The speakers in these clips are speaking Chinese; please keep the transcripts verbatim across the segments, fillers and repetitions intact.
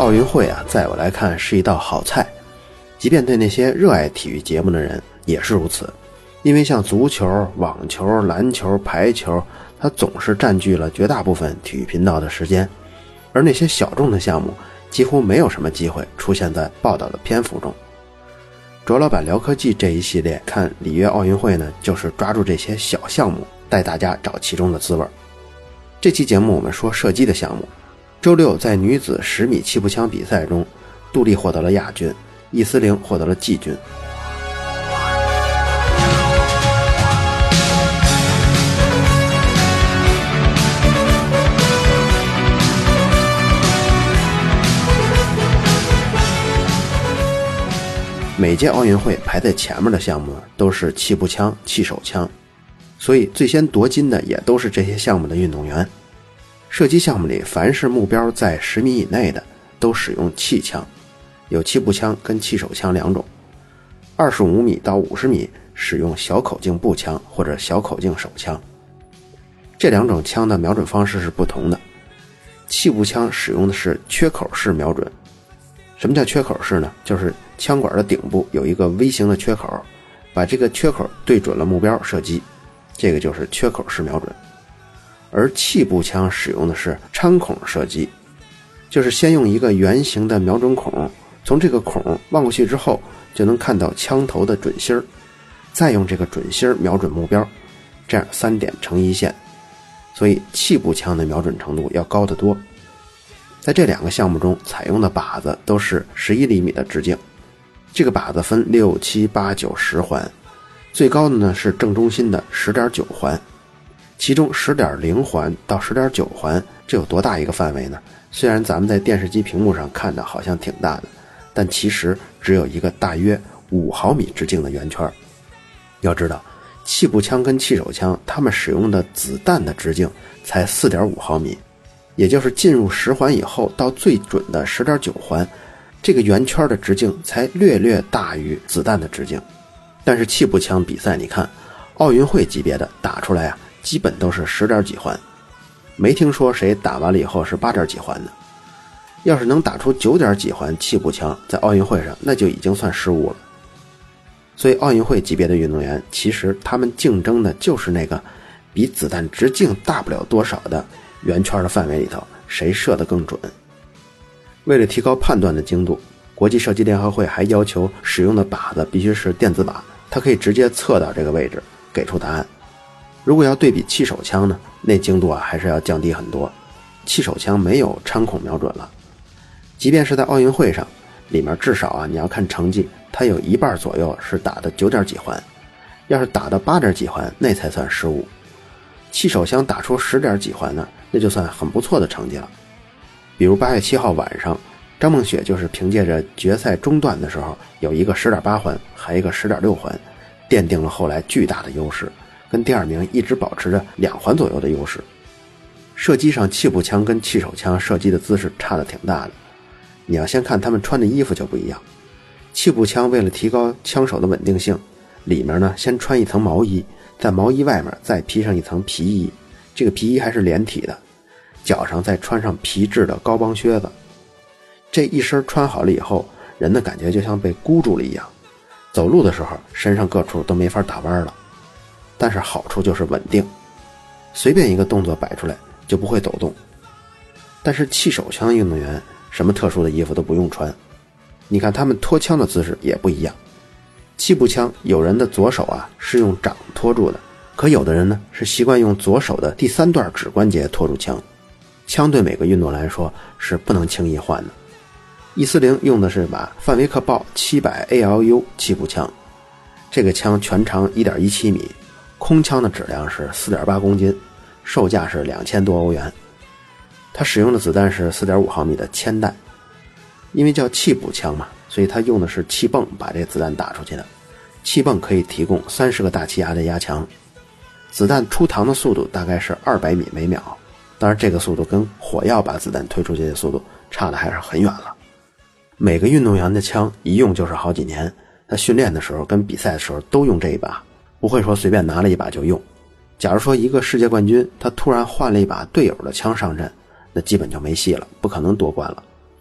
奥运会啊，在我来看是一道好菜，即便对那些热爱体育节目的人也是如此。因为像足球、网球、篮球、排球，它总是占据了绝大部分体育频道的时间，而那些小众的项目几乎没有什么机会出现在报道的篇幅中。卓老板聊科技这一系列看里约奥运会呢，就是抓住这些小项目，带大家找其中的滋味。这期节目我们说射击的项目，周六在女子十米气步枪比赛中，杜丽获得了亚军，易思玲获得了季军。每届奥运会排在前面的项目都是气步枪、气手枪，所以最先夺金的也都是这些项目的运动员。射击项目里，凡是目标在十米以内的都使用气枪，有气步枪跟气手枪两种。二十五米到五十米使用小口径步枪或者小口径手枪。这两种枪的瞄准方式是不同的。气步枪使用的是缺口式瞄准。什么叫缺口式呢？就是枪管的顶部有一个微型的缺口，把这个缺口对准了目标射击，这个就是缺口式瞄准。而气步枪使用的是穿孔射击，就是先用一个圆形的瞄准孔，从这个孔望过去之后就能看到枪头的准心儿，再用这个准心儿瞄准目标，这样三点成一线，所以气步枪的瞄准程度要高得多。在这两个项目中采用的靶子都是十一厘米的直径，这个靶子分六、七、八、九、十环，最高的呢是正中心的 十点九 环，其中 十点零 环到 十点九 环，这有多大一个范围呢？虽然咱们在电视机屏幕上看的好像挺大的，但其实只有一个大约五毫米直径的圆圈。要知道气步枪跟气手枪它们使用的子弹的直径才 四点五毫米，也就是进入十环以后到最准的 十点九 环，这个圆圈的直径才略略大于子弹的直径。但是气步枪比赛你看，奥运会级别的打出来啊，基本都是十点几环，没听说谁打完了以后是八点几环的。要是能打出九点几环气步枪，在奥运会上那就已经算失误了。所以奥运会级别的运动员，其实他们竞争的就是那个比子弹直径大不了多少的圆圈的范围里头，谁射得更准。为了提高判断的精度，国际射击联合会还要求使用的靶子必须是电子靶，它可以直接测到这个位置给出答案。如果要对比气手枪呢，那精度啊还是要降低很多。气手枪没有穿孔瞄准了，即便是在奥运会上，里面至少啊你要看成绩，它有一半左右是打的九点几环，要是打的八点几环，那才算失误。气手枪打出十点几环呢，那就算很不错的成绩了。比如八月七号晚上，张梦雪就是凭借着决赛中段的时候有一个 十点八 环，还有一个 十点六 环，奠定了后来巨大的优势，跟第二名一直保持着两环左右的优势。射击上气步枪跟气手枪射击的姿势差得挺大的，你要先看他们穿的衣服就不一样。气步枪为了提高枪手的稳定性，里面呢先穿一层毛衣，在毛衣外面再披上一层皮衣，这个皮衣还是连体的，脚上再穿上皮质的高帮靴子。这一身穿好了以后，人的感觉就像被箍住了一样，走路的时候身上各处都没法打弯了。但是好处就是稳定，随便一个动作摆出来就不会抖动。但是气手枪运动员什么特殊的衣服都不用穿，你看他们拖枪的姿势也不一样。气步枪有人的左手啊是用掌托住的，可有的人呢是习惯用左手的第三段指关节托住枪。枪对每个运动来说是不能轻易换的。易思玲用的是把范维克豹 七百 A L U 气步枪，这个枪全长 一点一七米，空枪的质量是 四点八公斤，售价是两千多欧元。它使用的子弹是 四点五毫米的铅弹，因为叫气步枪嘛，所以它用的是气泵把这子弹打出去的。气泵可以提供三十个大气压的压强，子弹出膛的速度大概是二百米每秒，当然这个速度跟火药把子弹推出去的速度差的还是很远了。每个运动员的枪一用就是好几年，他训练的时候跟比赛的时候都用这一把，不会说随便拿了一把就用。假如说一个世界冠军他突然换了一把队友的枪上阵，那基本就没戏了，不可能夺冠了。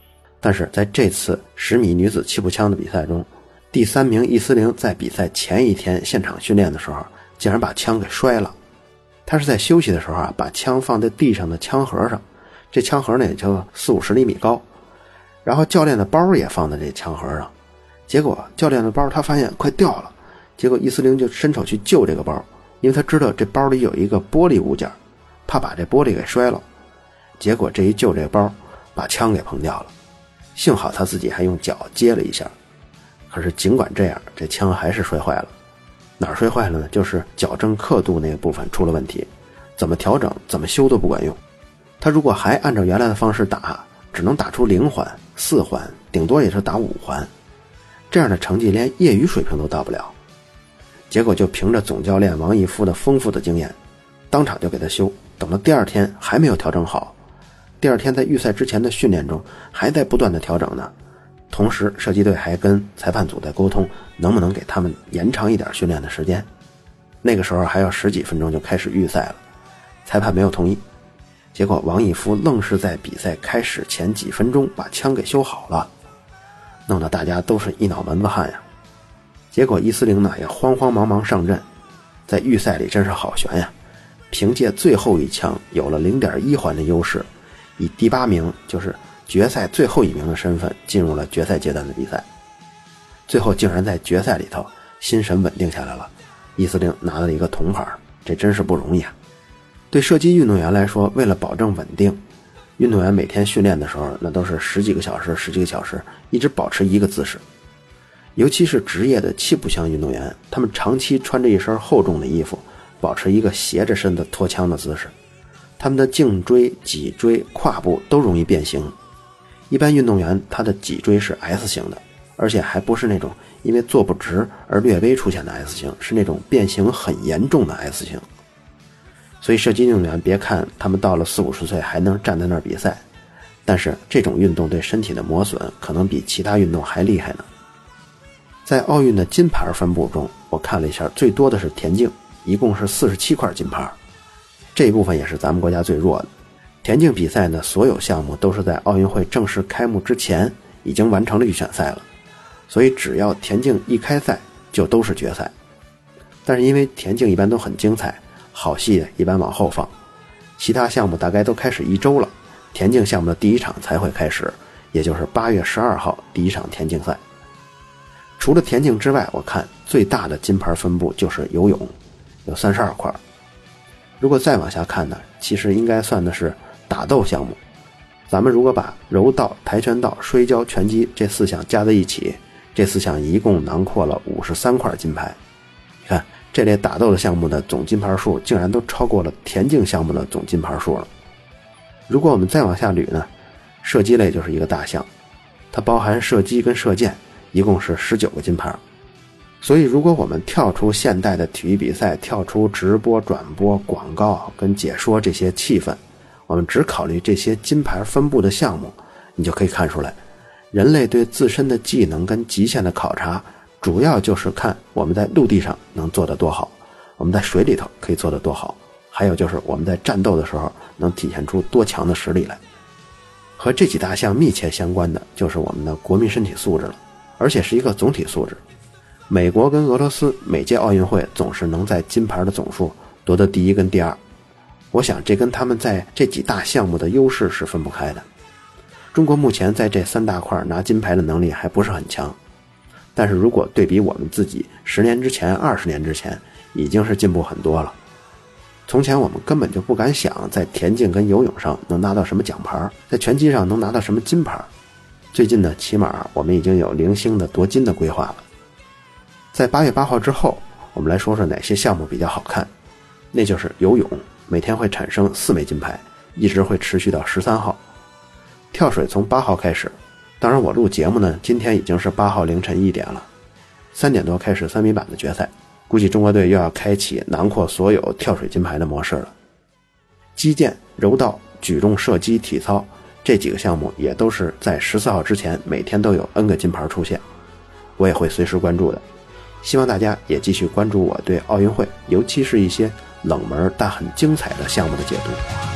但是在这次十米女子气步枪的比赛中，第三名易思玲在比赛前一天现场训练的时候，竟然把枪给摔了。她是在休息的时候啊，把枪放在地上的枪盒上，这枪盒呢也就四五十厘米高，然后教练的包也放在这枪盒上。结果教练的包他发现快掉了，结果易思玲就伸手去救这个包，因为他知道这包里有一个玻璃物件，怕把这玻璃给摔了。结果这一救这个包，把枪给碰掉了，幸好他自己还用脚接了一下。可是尽管这样，这枪还是摔坏了。哪儿摔坏了呢？就是矫正刻度那个部分出了问题，怎么调整怎么修都不管用。他如果还按照原来的方式打，只能打出零环四环，顶多也是打五环，这样的成绩连业余水平都到不了。结果就凭着总教练王义夫的丰富的经验，当场就给他修。等到第二天还没有调整好，第二天在预赛之前的训练中还在不断的调整呢。同时射击队还跟裁判组在沟通，能不能给他们延长一点训练的时间。那个时候还要十几分钟就开始预赛了，裁判没有同意。结果王义夫愣是在比赛开始前几分钟把枪给修好了，弄得大家都是一脑门子汗呀。结果易思玲呢也慌慌忙忙上阵，在预赛里真是好悬呀，凭借最后一枪有了 零点一环的优势，以第八名，就是决赛最后一名的身份进入了决赛阶段的比赛。最后竟然在决赛里头心神稳定下来了，易思玲拿了一个铜牌，这真是不容易啊。对射击运动员来说，为了保证稳定，运动员每天训练的时候那都是十几个小时十几个小时一直保持一个姿势。尤其是职业的气步枪运动员，他们长期穿着一身厚重的衣服，保持一个斜着身的拖枪的姿势，他们的颈椎、脊椎、胯部都容易变形。一般运动员他的脊椎是 S 型的，而且还不是那种因为坐不直而略微出现的 S 型，是那种变形很严重的 S 型。所以射击运动员别看他们到了四五十岁还能站在那儿比赛，但是这种运动对身体的磨损可能比其他运动还厉害呢。在奥运的金牌分布中，我看了一下，最多的是田径，一共是四十七块金牌，这一部分也是咱们国家最弱的。田径比赛呢，所有项目都是在奥运会正式开幕之前已经完成了预选赛了，所以只要田径一开赛就都是决赛。但是因为田径一般都很精彩，好戏一般往后放，其他项目大概都开始一周了，田径项目的第一场才会开始，也就是八月十二号第一场田径赛。除了田径之外，我看最大的金牌分布就是游泳，有三十二块。如果再往下看呢，其实应该算的是打斗项目。咱们如果把柔道、跆拳道、摔跤、拳击这四项加在一起，这四项一共囊括了五十三块金牌。你看这类打斗的项目的总金牌数竟然都超过了田径项目的总金牌数了。如果我们再往下捋呢，射击类就是一个大项，它包含射击跟射箭，一共是十九个金牌。所以如果我们跳出现代的体育比赛，跳出直播、转播、广告跟解说这些气氛，我们只考虑这些金牌分布的项目，你就可以看出来，人类对自身的技能跟极限的考察，主要就是看我们在陆地上能做得多好，我们在水里头可以做得多好，还有就是我们在战斗的时候能体现出多强的实力来。和这几大项密切相关的就是我们的国民身体素质了，而且是一个总体素质。美国跟俄罗斯每届奥运会总是能在金牌的总数夺得第一跟第二，我想这跟他们在这几大项目的优势是分不开的。中国目前在这三大块拿金牌的能力还不是很强，但是如果对比我们自己十年之前、二十年之前，已经是进步很多了。从前我们根本就不敢想在田径跟游泳上能拿到什么奖牌，在拳击上能拿到什么金牌。最近呢，起码我们已经有零星的夺金的规划了。在八月八号之后，我们来说说哪些项目比较好看。那就是游泳，每天会产生四枚金牌，一直会持续到十三号。跳水从八号开始，当然我录节目呢，今天已经是八号凌晨一点了，三点多开始三米板的决赛，估计中国队又要开启囊括所有跳水金牌的模式了。击剑、柔道、举重、射击、体操这几个项目也都是在十四号之前每天都有 N 个金牌出现，我也会随时关注的。希望大家也继续关注我对奥运会，尤其是一些冷门但很精彩的项目的解读。